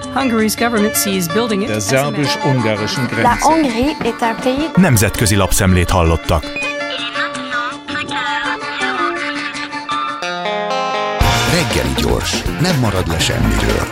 Hungary's government sees building it. Der szerbus-ungarischen Grenze. La Hongrie est un pays. Nemzetközi lapszemlét hallottak. Reggeli gyors, nem marad le semmiről.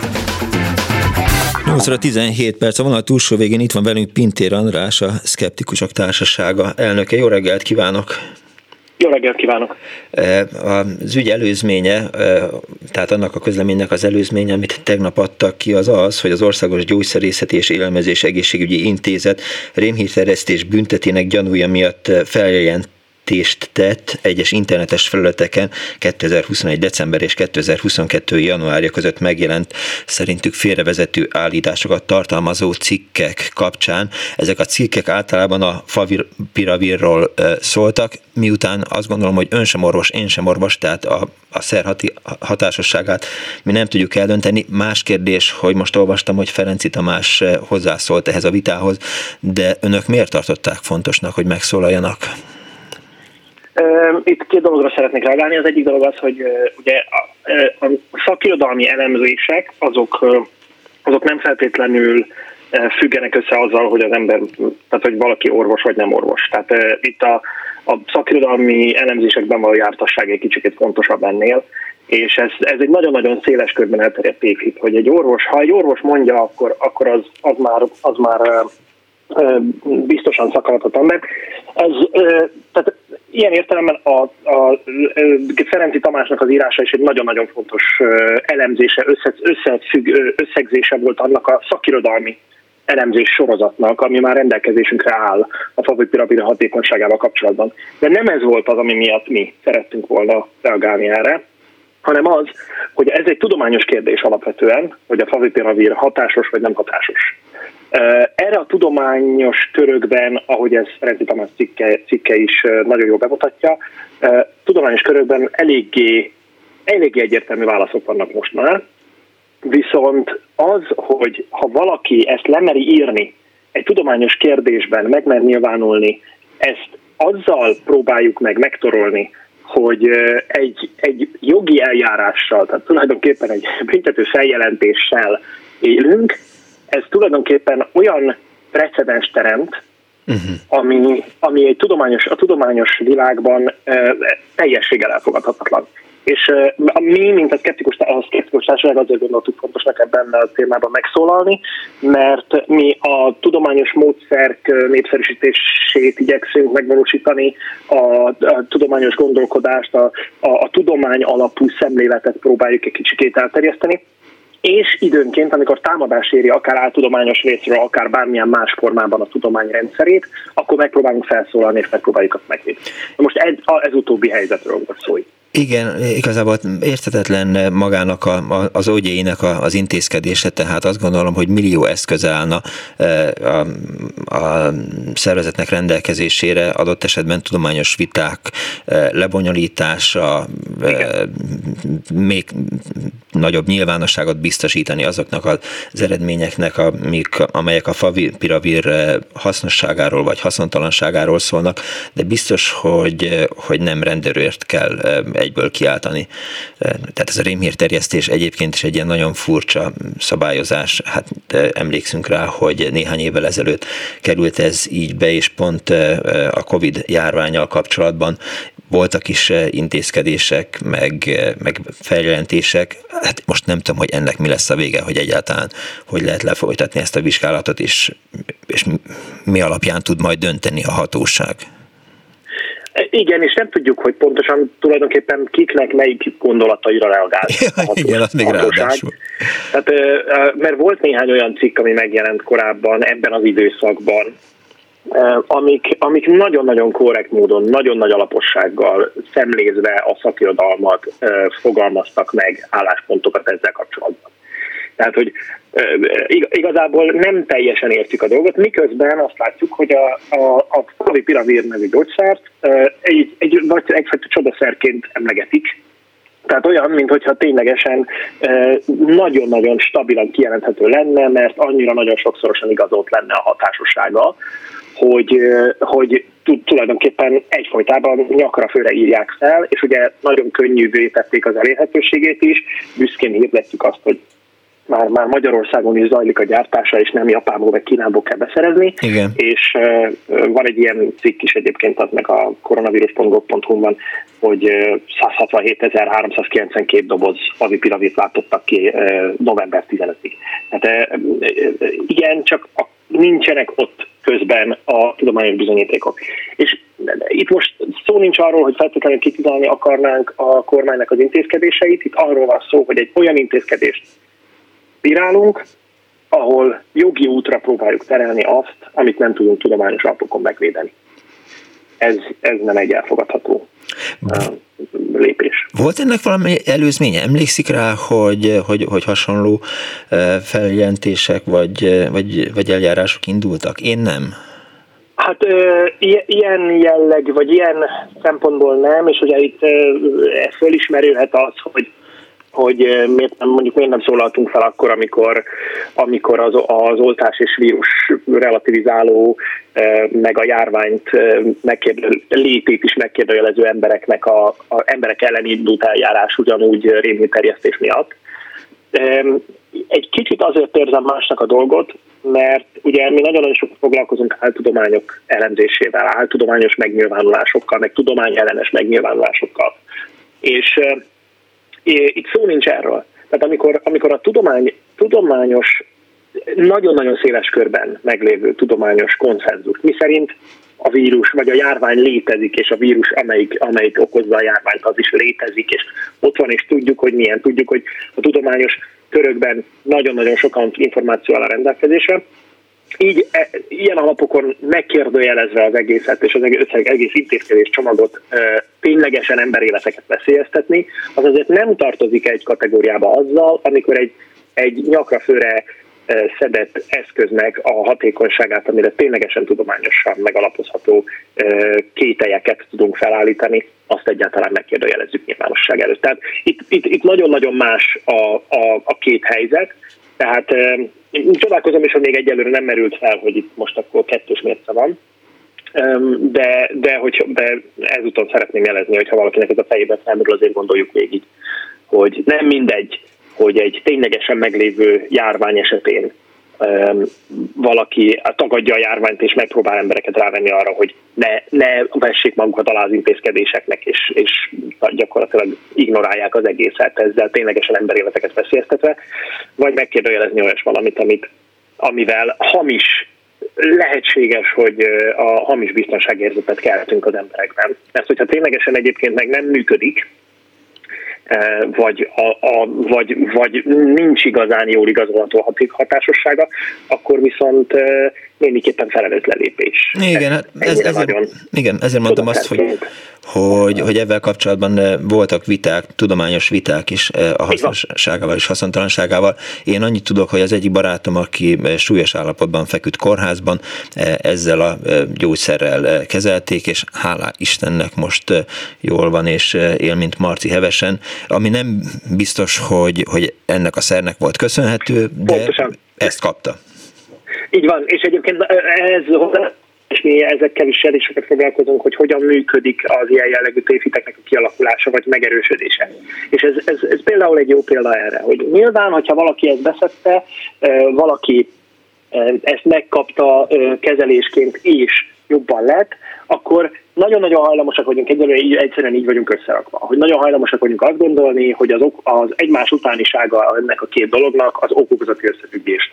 8 óra 17 perc, a vonal túlsó végén itt van velünk Pintér András, a Szkeptikusok Társasága elnöke. Jó reggelt kívánok! Jó reggelt kívánok! Az ügy előzménye, tehát annak a közleménynek az előzménye, amit tegnap adtak ki, az az, hogy az Országos Gyógyszerészeti és Élelmezés Egészségügyi Intézet rémhírterjesztés büntetének gyanúja miatt feljelentést tett egyes internetes felületeken 2021. december és 2022. januárja között megjelent, szerintük félrevezető állításokat tartalmazó cikkek kapcsán. Ezek a cikkek általában a favipiravírról szóltak, miután azt gondolom, hogy ön sem orvos, én sem orvos, tehát a szer hatásosságát mi nem tudjuk eldönteni. Más kérdés, hogy most olvastam, hogy Ferenczy Tamás hozzászólt ehhez a vitához, de önök miért tartották fontosnak, hogy megszólaljanak? Itt két dologra szeretnék reagálni. Az egyik dolog az, hogy ugye a szakirodalmi elemzések azok nem feltétlenül függenek össze azzal, hogy az ember, tehát hogy valaki orvos vagy nem orvos. Tehát itt a szakirodalmi elemzésekben való jártasság egy kicsit fontosabb ennél, és ez egy nagyon-nagyon széles körben elterjedt tévhit, hogy ha egy orvos mondja, akkor az már biztosan szakadhatatlan, mert tehát ilyen értelemben a Ferenczy Tamásnak az írása is egy nagyon-nagyon fontos elemzése, összegzése volt annak a szakirodalmi elemzés sorozatnak, ami már rendelkezésünkre áll a favipiravir hatékonyságával kapcsolatban. De nem ez volt az, ami miatt mi szerettünk volna reagálni erre, hanem az, hogy ez egy tudományos kérdés alapvetően, hogy a favipiravir hatásos vagy nem hatásos. Erre a tudományos körökben, ahogy ez Ferenczy Tamás cikke is nagyon jól bemutatja, tudományos körökben eléggé egyértelmű válaszok vannak most már, viszont az, hogy ha valaki ezt lemeri írni egy tudományos kérdésben, megmer nyilvánulni, ezt azzal próbáljuk megtorolni, hogy egy jogi eljárással, tehát tulajdonképpen egy büntető feljelentéssel élünk, ez tulajdonképpen olyan precedens teremt, ami egy a tudományos világban teljességgel elfogadhatatlan. És mi, mint a szkeptikus társaság azért gondoltuk fontosnak ebben a témában megszólalni, mert mi a tudományos módszerk népszerűsítését igyekszünk megvalósítani, a tudományos gondolkodást, a tudomány alapú szemléletet próbáljuk egy kicsikét elterjeszteni, és időnként, amikor támadás éri akár áltudományos részről, akár bármilyen más formában a tudomány rendszerét, akkor megpróbálunk felszólalni, és megpróbáljuk azt megvédeni. Most ez utóbbi helyzetről volt szó. Igen, igazából érthetetlen magának az OGI-nek az intézkedése, tehát azt gondolom, hogy millió eszköz állna a szervezetnek rendelkezésére, adott esetben tudományos viták lebonyolítása, még nagyobb nyilvánosságot biztosítani azoknak az eredményeknek, amelyek a favipiravir hasznosságáról vagy haszontalanságáról szólnak, de biztos, hogy nem renderőért kell egyből kiáltani. Tehát ez a rémhírterjesztés egyébként is egy ilyen nagyon furcsa szabályozás. Hát emlékszünk rá, hogy néhány évvel ezelőtt került ez így be, és pont a Covid járvánnyal kapcsolatban voltak is intézkedések, meg feljelentések. Hát most nem tudom, hogy ennek mi lesz a vége, hogy egyáltalán hogy lehet lefolytatni ezt a vizsgálatot, és mi alapján tud majd dönteni a hatóság. Igen, és nem tudjuk, hogy pontosan tulajdonképpen kiknek melyik gondolataira reagál. Igen, az még ráadásul. Tehát, mert volt néhány olyan cikk, ami megjelent korábban ebben az időszakban, amik nagyon-nagyon korrekt módon, nagyon nagy alapossággal szemlézve a szakirodalmat fogalmaztak meg álláspontokat ezzel kapcsolatban. Tehát, hogy igazából nem teljesen értjük a dolgot, miközben azt látjuk, hogy a favipiravir nevű gyógyszert egyfajta csodaszerként emlegetik. Tehát olyan, mintha ténylegesen nagyon-nagyon stabilan kijelenthető lenne, mert annyira nagyon sokszorosan igazolt lenne a hatásossága, hogy tulajdonképpen egyfolytában nyakra főre írják fel, és ugye nagyon könnyűvé tették az elérhetőségét is, büszkén hirdetjük azt, hogy már Magyarországon is zajlik a gyártása, és nem Japánból vagy Kínából kell beszerezni. Igen. És van egy ilyen cikk is egyébként, az meg a koronavírus.gov.hu van, hogy 167.392 doboz favipiravírt váltottak ki november 15-ig. Tehát igen, csak nincsenek ott közben a tudományos bizonyítékok. És itt most szó nincs arról, hogy feltétlenül kitudálni akarnánk a kormánynak az intézkedéseit, itt arról van szó, hogy egy olyan intézkedést bírálunk, ahol jogi útra próbáljuk terelni azt, amit nem tudunk tudományos alapokon megvédeni. Ez nem egy elfogadható lépés. Volt ennek valami előzménye? Emlékszik rá, hogy hasonló feljelentések vagy eljárások indultak? Én nem. Hát ilyen jelleg, vagy ilyen szempontból nem, és ugye itt fölismerülhet az, hogy miért nem szólaltunk fel akkor, amikor az oltás és vírus relativizáló, meg a járványt létét is megkérdőjelező embereknek a emberek ellen indult eljárás ugyanúgy rémhírterjesztés miatt. Egy kicsit azért érzem másnak a dolgot, mert ugye mi nagyon-nagyon sokat foglalkozunk áltudományok elemzésével, áltudományos megnyilvánulásokkal, meg tudományellenes megnyilvánulásokkal. És itt szó nincs erről. Tehát amikor a tudományos, nagyon-nagyon széles körben meglévő tudományos konszenzus, miszerint a vírus vagy a járvány létezik, és a vírus, amelyik okozza a járványt, az is létezik, és ott van, és tudjuk, hogy milyen, tudjuk, hogy a tudományos körökben nagyon-nagyon sokan információ áll a rendelkezésre. Így ilyen alapokon megkérdőjelezve az egészet, és az egész intézkedés csomagot ténylegesen emberéleteket veszélyeztetni, az azért nem tartozik egy kategóriába azzal, amikor egy nyakrafőre szedett eszköznek a hatékonyságát, amire ténylegesen tudományosan megalapozható kételyeket tudunk felállítani, azt egyáltalán megkérdőjelezzük nyilvánosság előtt. Tehát itt nagyon-nagyon más a két helyzet, tehát csodálkozom is, hogy még egyelőre nem merült fel, hogy itt most akkor kettős mérce van, de ezúton szeretném jelezni, hogyha valakinek ez a fejében felmerül, azért gondoljuk végig, hogy nem mindegy, hogy egy ténylegesen meglévő járvány esetén valaki tagadja a járványt és megpróbál embereket rávenni arra, hogy ne vessék magukat alá az intézkedéseknek, és gyakorlatilag ignorálják az egészet, ezzel ténylegesen emberéleteket veszélyeztetve, vagy megkérdőjelezni olyas valamit, amivel lehetséges, hogy a hamis biztonságérzetet keltünk az emberekben. Ezt, hogyha ténylegesen egyébként meg nem működik, vagy nincs igazán jól igazolható hatásossága, akkor viszont némiképpen felelőtlen lépés. Igen, ezért mondtam azt, hogy ebben kapcsolatban voltak viták, tudományos viták is a hasznosságával és haszontalanságával. Én annyit tudok, hogy az egyik barátom, aki súlyos állapotban feküdt kórházban, ezzel a gyógyszerrel kezelték, és hálá Istennek most jól van, és él, mint Marci hevesen, ami nem biztos, hogy ennek a szernek volt köszönhető, de pontosan ezt kapta. Így van, és egyébként és mi ezekkel is elég sokat foglalkozunk, hogy hogyan működik az ilyen jellegű tévhiteknek a kialakulása vagy megerősödése. És ez például egy jó példa erre, hogy nyilván, hogyha valaki ezt beszedte, valaki ezt megkapta kezelésként és jobban lett, akkor nagyon-nagyon hajlamosak vagyunk, egyszerűen így vagyunk összerakva, hogy nagyon hajlamosak vagyunk azt gondolni, hogy az egymás utánisága ennek a két dolognak az okokozati összefüggést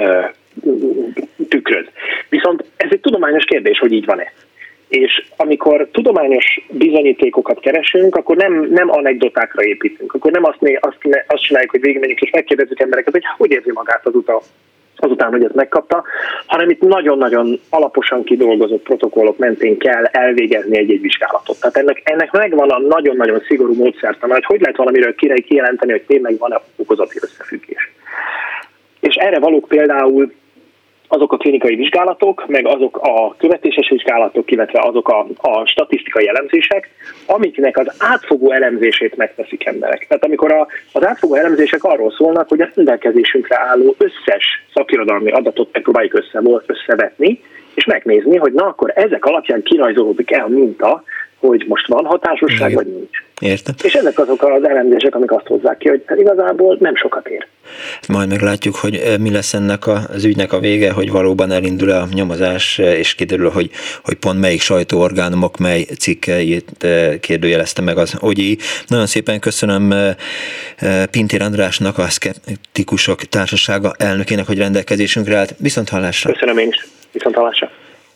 tükröz. Viszont ez egy tudományos kérdés, hogy így van-e. És amikor tudományos bizonyítékokat keresünk, akkor nem anekdotákra építünk. Akkor nem azt csináljuk, hogy végigmenjünk és megkérdezzük embereket, hogy érzi magát azután, hogy ezt megkapta, hanem itt nagyon-nagyon alaposan kidolgozott protokollok mentén kell elvégezni egy vizsgálatot. Tehát ennek megvan a nagyon-nagyon szigorú módszertana, hogy lehet valamiről kijelenteni, hogy tényleg van-e okozati összefüggés. És erre valók például azok a klinikai vizsgálatok, meg azok a követéses vizsgálatok, illetve azok a statisztikai elemzések, amiknek az átfogó elemzését megteszik emberek. Tehát amikor az átfogó elemzések arról szólnak, hogy a rendelkezésünkre álló összes szakirodalmi adatot megpróbáljuk összevetni, és megnézni, hogy na akkor ezek alapján kirajzolódik el a minta, hogy most van hatásosság, vagy nincs. Értem. És ezek azok az elemzések, amik azt hozzák ki, hogy igazából nem sokat ér. majd meglátjuk, hogy mi lesz ennek az ügynek a vége, hogy valóban elindul a nyomozás, és kiderül, hogy pont melyik sajtóorgánumok mely cikkeit kérdőjelezte meg az OGI. Nagyon szépen köszönöm Pintér Andrásnak, a Szkeptikusok Társasága elnökének, hogy rendelkezésünkre állt. Viszonthallásra! Köszönöm én is. Viszonthallásra!